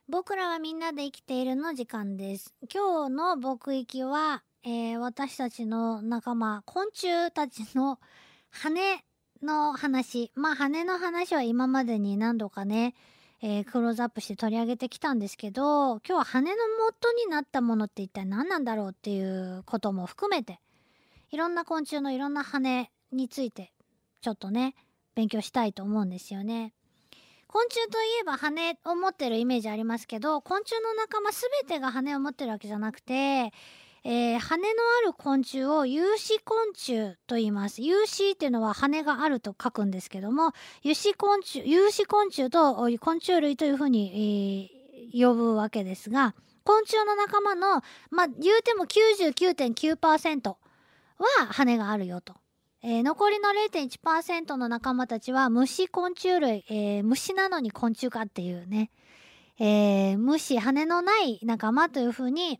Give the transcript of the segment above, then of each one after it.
僕らはみんなで生きているの時間です。今日の僕行きは、私たちの仲間、昆虫たちの羽の話。羽の話は今までに何度かね、クローズアップして取り上げてきたんですけど、今日は羽の元になったものって一体何なんだろうっていうことも含めて、いろんな昆虫のいろんな羽について、ちょっとね、勉強したいと思うんですよね。昆虫といえば羽を持ってるイメージありますけど、昆虫の仲間すべてが羽を持ってるわけじゃなくて、羽のある昆虫を有子昆虫と言います。有子っていうのは羽があると書くんですけども、有子昆虫と昆虫類というふうに、呼ぶわけですが、昆虫の仲間の、言うても99.9%は羽があるよと。残りの 0.1% の仲間たちは虫昆虫類、虫なのに昆虫かっていうね、虫、羽のない仲間というふうに、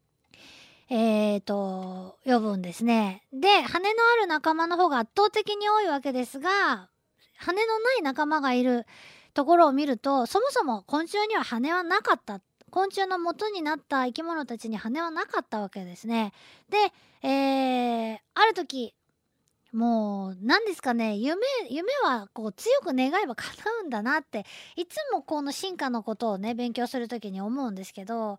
呼ぶんですね。で、羽のある仲間の方が圧倒的に多いわけですが、羽のない仲間がいるところを見ると、そもそも昆虫には羽はなかった。昆虫の元になった生き物たちに羽はなかったわけですね。で、ある時、もう何ですかね、夢はこう強く願えば叶うんだなっていつもこの進化のことをね勉強する時に思うんですけど、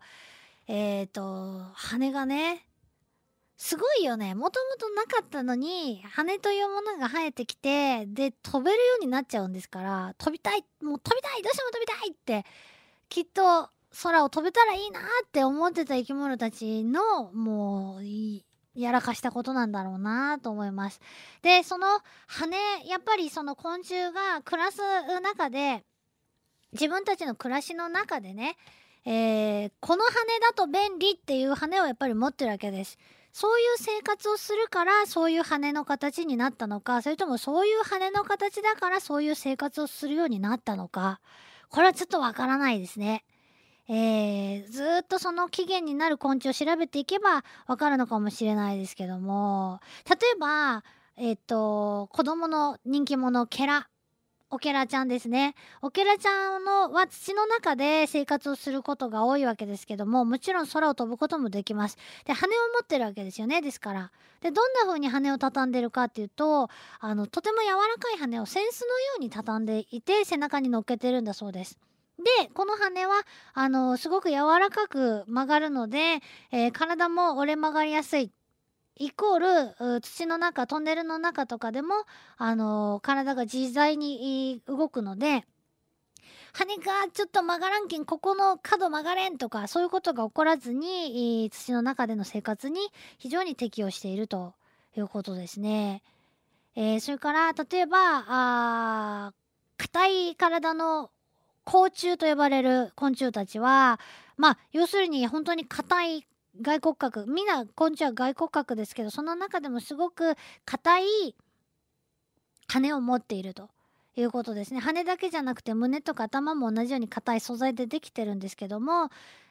羽がねすごいよね。もともとなかったのに羽というものが生えてきて、で飛べるようになっちゃうんですから、飛びたい、もう飛びたい、どうしても飛びたいってきっと空を飛べたらいいなって思ってた生き物たちのもうやらかしたことなんだろうなと思います。で、その羽、やっぱりその昆虫が暮らす中で、自分たちの暮らしの中でね、この羽だと便利っていう羽をやっぱり持ってるわけです。そういう生活をするからそういう羽の形になったのか、それともそういう羽の形だからそういう生活をするようになったのか、これはちょっとわからないですね。ずーっとその起源になる昆虫を調べていけばわかるのかもしれないですけども、例えば、子供の人気者、オケラちゃんですね。オケラちゃんは土の中で生活をすることが多いわけですけども、もちろん空を飛ぶこともできます。で、羽を持ってるわけですよね。ですから。で、どんな風に羽を畳んでるかっていうと、とても柔らかい羽を扇子のように畳んでいて、背中に乗っけてるんだそうです。で、この羽は、すごく柔らかく曲がるので、体も折れ曲がりやすい。イコール、土の中、トンネルの中とかでも、体が自在に動くので、羽がちょっと曲がらんけん、ここの角曲がれんとか、そういうことが起こらずに、土の中での生活に非常に適応しているということですね。それから、例えば、硬い体の甲虫と呼ばれる昆虫たちは、要するに本当に硬い外骨格、みんな昆虫は外骨格ですけど、その中でもすごく硬い羽を持っているということですね。羽だけじゃなくて胸とか頭も同じように硬い素材でできてるんですけども、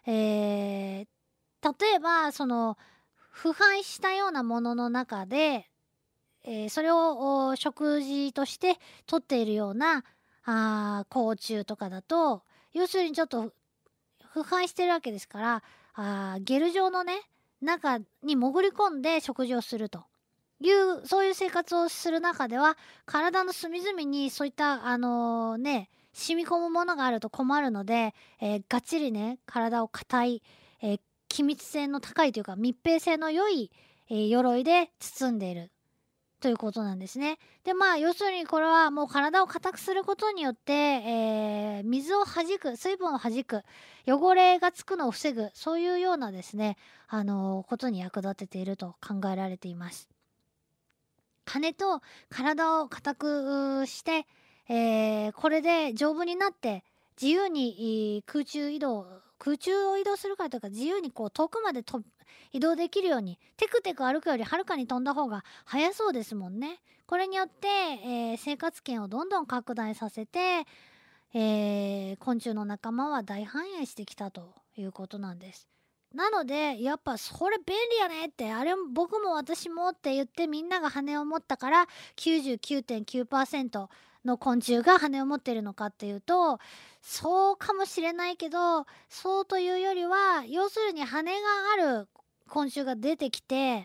例えばその腐敗したようなものの中で、それを食事として取っているような甲虫とかだと、要するにちょっと腐敗してるわけですから、ゲル状のね、中に潜り込んで食事をするとそういう生活をする中では、体の隅々にそういった、染み込むものがあると困るので、がっちりね、体を硬い、気密性の高いというか密閉性の良い、鎧で包んでいるということなんですね。で、要するにこれはもう体を硬くすることによって、水を弾く、水分を弾く、汚れがつくのを防ぐ、そういうようなですね、ことに役立てていると考えられています。羽と体を硬くして、これで丈夫になって自由に空中を移動するからというか自由にこう遠くまで移動できるようにテクテク歩くよりはるかに飛んだ方が速そうですもんね。これによって、生活圏をどんどん拡大させて、昆虫の仲間は大繁栄してきたということなんです。なので、やっぱそれ便利やねって、あれ僕も私もって言ってみんなが羽を持ったから99.9% の昆虫が羽を持っているのかっていうと、そうかもしれないけど、そうというよりは、要するに羽がある昆虫が出てきて、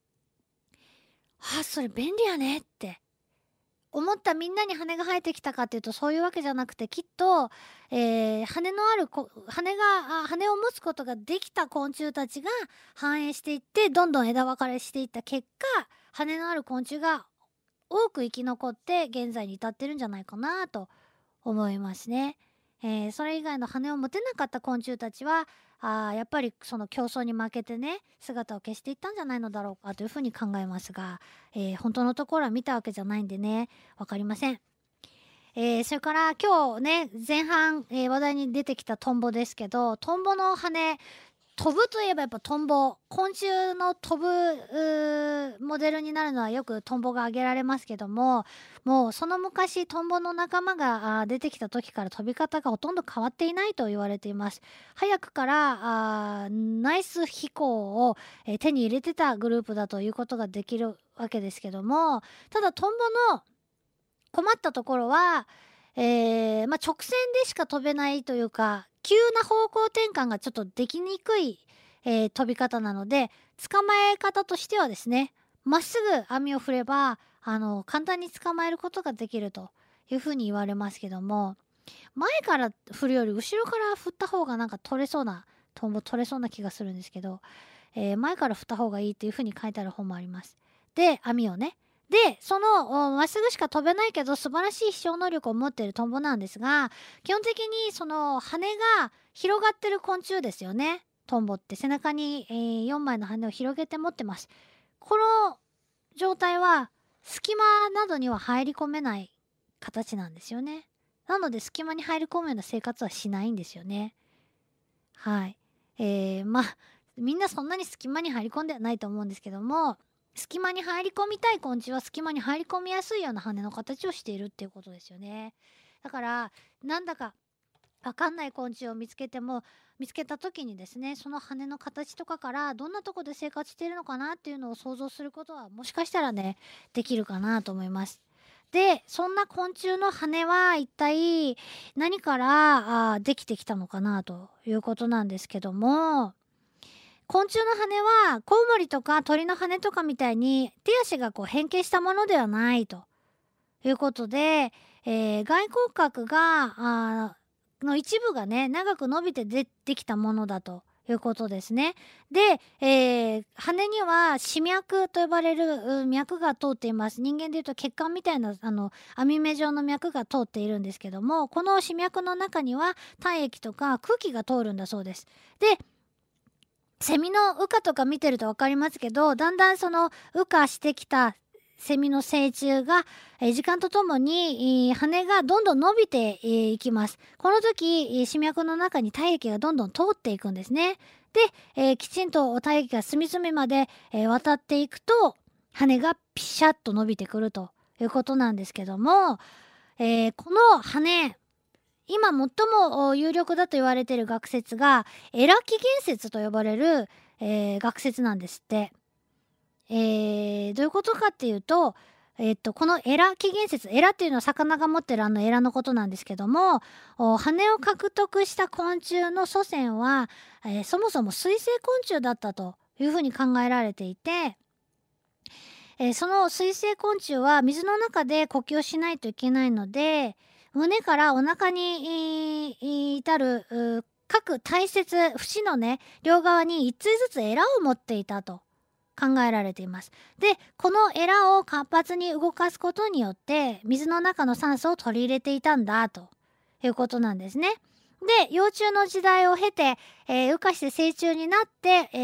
あ、それ便利やねって思ったみんなに羽が生えてきたかっていうと、そういうわけじゃなくて、きっと、羽のある羽を持つことができた昆虫たちが繁栄していって、どんどん枝分かれしていった結果、羽のある昆虫が多く生き残って現在に至ってるんじゃないかなと思いますね。それ以外の羽を持てなかった昆虫たちは、やっぱりその競争に負けてね、姿を消していったんじゃないのだろうかというふうに考えますが、本当のところは見たわけじゃないんでね、わかりません。それから今日ね、前半、話題に出てきたトンボですけど、トンボの羽、飛ぶといえばやっぱトンボ。昆虫の飛ぶモデルになるのはよくトンボが挙げられますけども、もうその昔トンボの仲間が出てきた時から飛び方がほとんど変わっていないと言われています。早くからナイス飛行を、手に入れてたグループだということができるわけですけども、ただトンボの困ったところは、直線でしか飛べないというか、急な方向転換がちょっとできにくい、飛び方なので、捕まえ方としてはですね、まっすぐ網を振れば、簡単に捕まえることができるというふうに言われますけども、前から振るより後ろから振った方がなんか取れそうな、トンボ取れそうな気がするんですけど、前から振った方がいいっていうふうに書いてある本もあります。で、網をね。で、その、まっすぐしか飛べないけど素晴らしい飛翔能力を持っているトンボなんですが、基本的にその羽が広がってる昆虫ですよね。トンボって背中に、4枚の羽を広げて持ってます。この状態は隙間などには入り込めない形なんですよね。なので隙間に入り込むような生活はしないんですよね。はい。みんなそんなに隙間に入り込んではないと思うんですけども、隙間に入り込みたい昆虫は隙間に入り込みやすいような羽の形をしているっていうことですよね。だから、なんだかわかんない昆虫を見つけた時にですね、その羽の形とかからどんなとこで生活しているのかなっていうのを想像することはもしかしたらね、できるかなと思います。で、そんな昆虫の羽は一体何からできてきたのかなということなんですけども、昆虫の羽はコウモリとか鳥の羽とかみたいに手足がこう変形したものではないということで、外骨格の一部がね、長く伸びて出てきたものだということですね。で、羽には歯脈と呼ばれる脈が通っています。人間でいうと血管みたいな網目状の脈が通っているんですけども、この歯脈の中には体液とか空気が通るんだそうです。で、セミの羽化とか見てると分かりますけど、だんだんその羽化してきたセミの成虫が、時間とともに、羽がどんどん伸びていきます。この時、歯脈の中に体液がどんどん通っていくんですね。で、きちんと体液が隅々まで、渡っていくと、羽がピシャッと伸びてくるということなんですけども、この羽、今最も有力だと言われている学説がエラ起源説と呼ばれる、学説なんですって。どういうことかっていうと、このエラ起源説、エラっていうのは魚が持ってるエラのことなんですけども、羽を獲得した昆虫の祖先は、そもそも水生昆虫だったというふうに考えられていて、その水生昆虫は水の中で呼吸をしないといけないので、胸からお腹に至る各大切節のね、両側に一対ずつエラを持っていたと考えられています。で、このエラを活発に動かすことによって水の中の酸素を取り入れていたんだということなんですね。で、幼虫の時代を経て、羽化して成虫になって、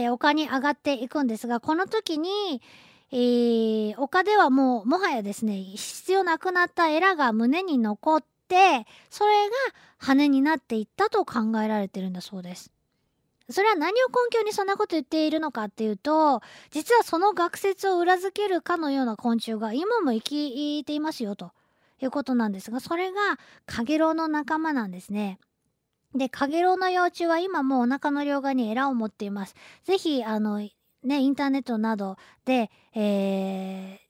丘に上がっていくんですが、この時に、丘ではもはやですね、必要なくなったエラが胸に残って、それが羽になっていったと考えられてるんだそうです。それは何を根拠にそんなこと言っているのかっていうと、実はその学説を裏付けるかのような昆虫が今も生きていますよということなんですが、それがカゲロウの仲間なんですね。で、カゲロウの幼虫は今もお腹の両側にエラを持っています。ぜひ、インターネットなどで、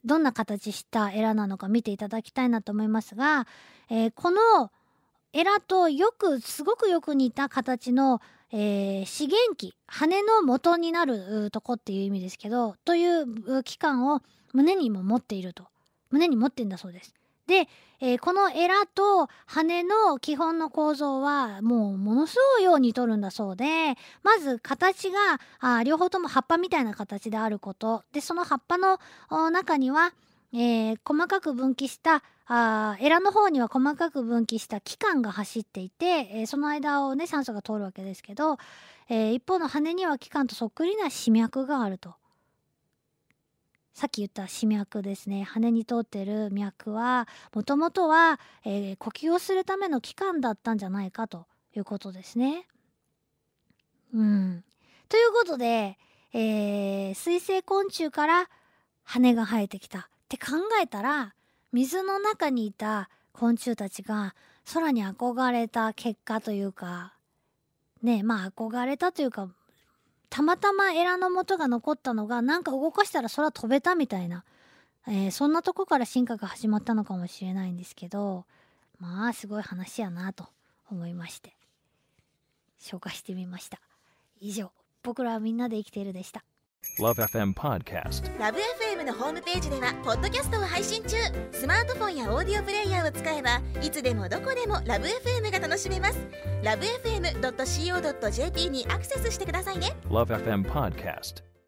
どんな形したエラなのか見ていただきたいなと思いますが、このエラとすごくよく似た形の、資源期、羽の元になるとこっていう意味ですけど、という器官を胸に持ってんだそうです。で、このエラと羽の基本の構造はものすごいように似とるんだそうで、まず形が両方とも葉っぱみたいな形であることで、その葉っぱの中には、細かく分岐したエラの方には細かく分岐した器官が走っていて、その間をね酸素が通るわけですけど、一方の羽には器官とそっくりな歯脈があると。さっき言った歯脈ですね。羽に通ってる脈はもともとは、呼吸をするための器官だったんじゃないかということですね。ということで、水生昆虫から羽が生えてきたって考えたら、水の中にいた昆虫たちが空に憧れた結果というかね、憧れたというか、たまたまエラの元が残ったのがなんか動かしたら空飛べたみたいな、そんなとこから進化が始まったのかもしれないんですけど、すごい話やなと思いまして紹介してみました。以上、僕らはみんなで生きているでした。 LoveFM Podcast。 LoveFM のホームページではポッドキャストを配信中。スマートフォンやオーディオプレイヤーを使えばいつでもどこでも LoveFM が楽しめます。 LoveFM.co.jp にアクセスしてくださいね。 LoveFM Podcast。